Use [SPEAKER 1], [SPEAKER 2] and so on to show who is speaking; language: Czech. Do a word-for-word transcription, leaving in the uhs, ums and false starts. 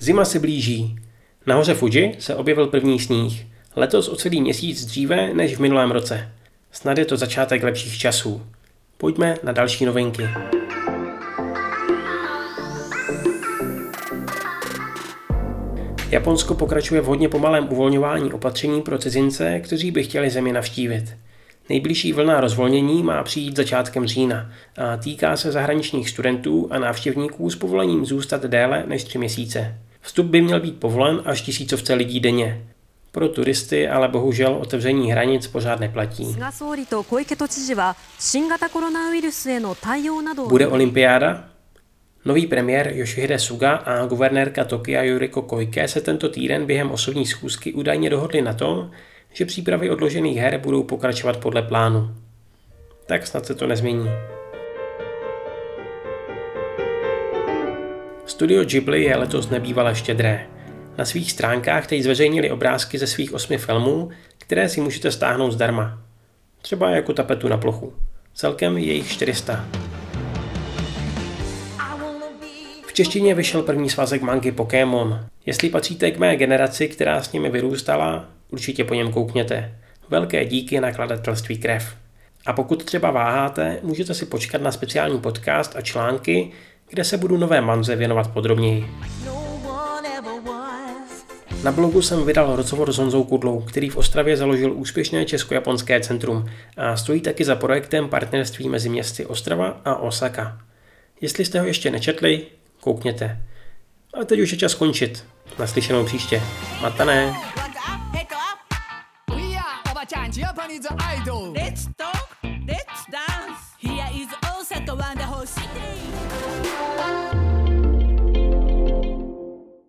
[SPEAKER 1] Zima se blíží. Na hoře Fuji se objevil první sníh. Letos o celý měsíc dříve než v minulém roce. Snad je to začátek lepších časů. Pojďme na další novinky. Japonsko pokračuje v hodně pomalém uvolňování opatření pro cizince, kteří by chtěli zemi navštívit. Nejbližší vlna rozvolnění má přijít začátkem října a týká se zahraničních studentů a návštěvníků s povolením zůstat déle než tři měsíce. Vstup by měl být povolen až tisícovce lidí denně. Pro turisty ale bohužel otevření hranic pořád neplatí. Bude olympiáda? Nový premiér Yoshihide Suga a guvernérka Tokia Yuriko Koike se tento týden během osobní schůzky údajně dohodli na tom, že přípravy odložených her budou pokračovat podle plánu. Tak snad se to nezmění. Studio Ghibli je letos nebývale štědré. Na svých stránkách teď zveřejnili obrázky ze svých osmi filmů, které si můžete stáhnout zdarma. Třeba jako tapetu na plochu. Celkem je jich čtyři sta. V češtině vyšel první svazek mangy Pokémon. Jestli patříte k mé generaci, která s nimi vyrůstala, určitě po něm koukněte. Velké díky nakladatelství Krev. A pokud třeba váháte, můžete si počkat na speciální podcast a články, kde se budu nové manze věnovat podrobněji. Na blogu jsem vydal rozhovor s Honzou Kudlou, který v Ostravě založil úspěšné česko-japonské centrum a stojí taky za projektem partnerství mezi městy Ostrava a Osaka. Jestli jste ho ještě nečetli, koukněte. A teď už je čas skončit. Naslyšenou příště. Matané.
[SPEAKER 2] Let's talk, let's dance. Here is Osaka Wonderful City.